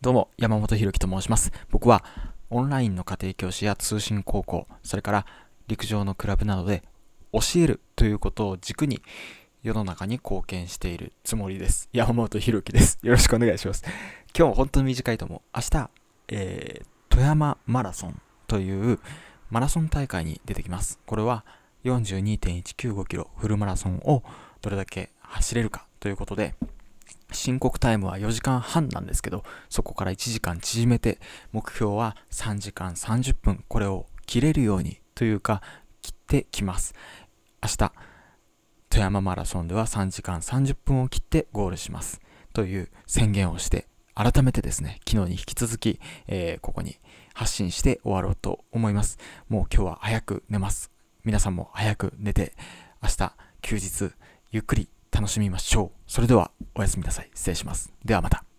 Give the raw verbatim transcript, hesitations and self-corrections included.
どうも、山本ひろきと申します。僕はオンラインの家庭教師や通信高校、それから陸上のクラブなどで教えるということを軸に世の中に貢献しているつもりです。山本ひろきです。よろしくお願いします。今日も本当に短いと思う。明日、えー、富山マラソンというマラソン大会に出てきます。これは よんじゅうにてんいちきゅうごキロフルマラソンをどれだけ走れるかということで、申告タイムはよじかんはんなんですけど、そこからいちじかん縮めて、目標はさんじかんさんじゅっぷん、これを切れるようにというか切ってきます。明日富山マラソンではさんじかんさんじゅっぷんを切ってゴールしますという宣言をして、改めてですね、昨日に引き続き、えー、ここに発信して終わろうと思います。もう今日は早く寝ます。皆さんも早く寝て、明日休日ゆっくり楽しみましょう。それではおやすみなさい。失礼します。ではまた。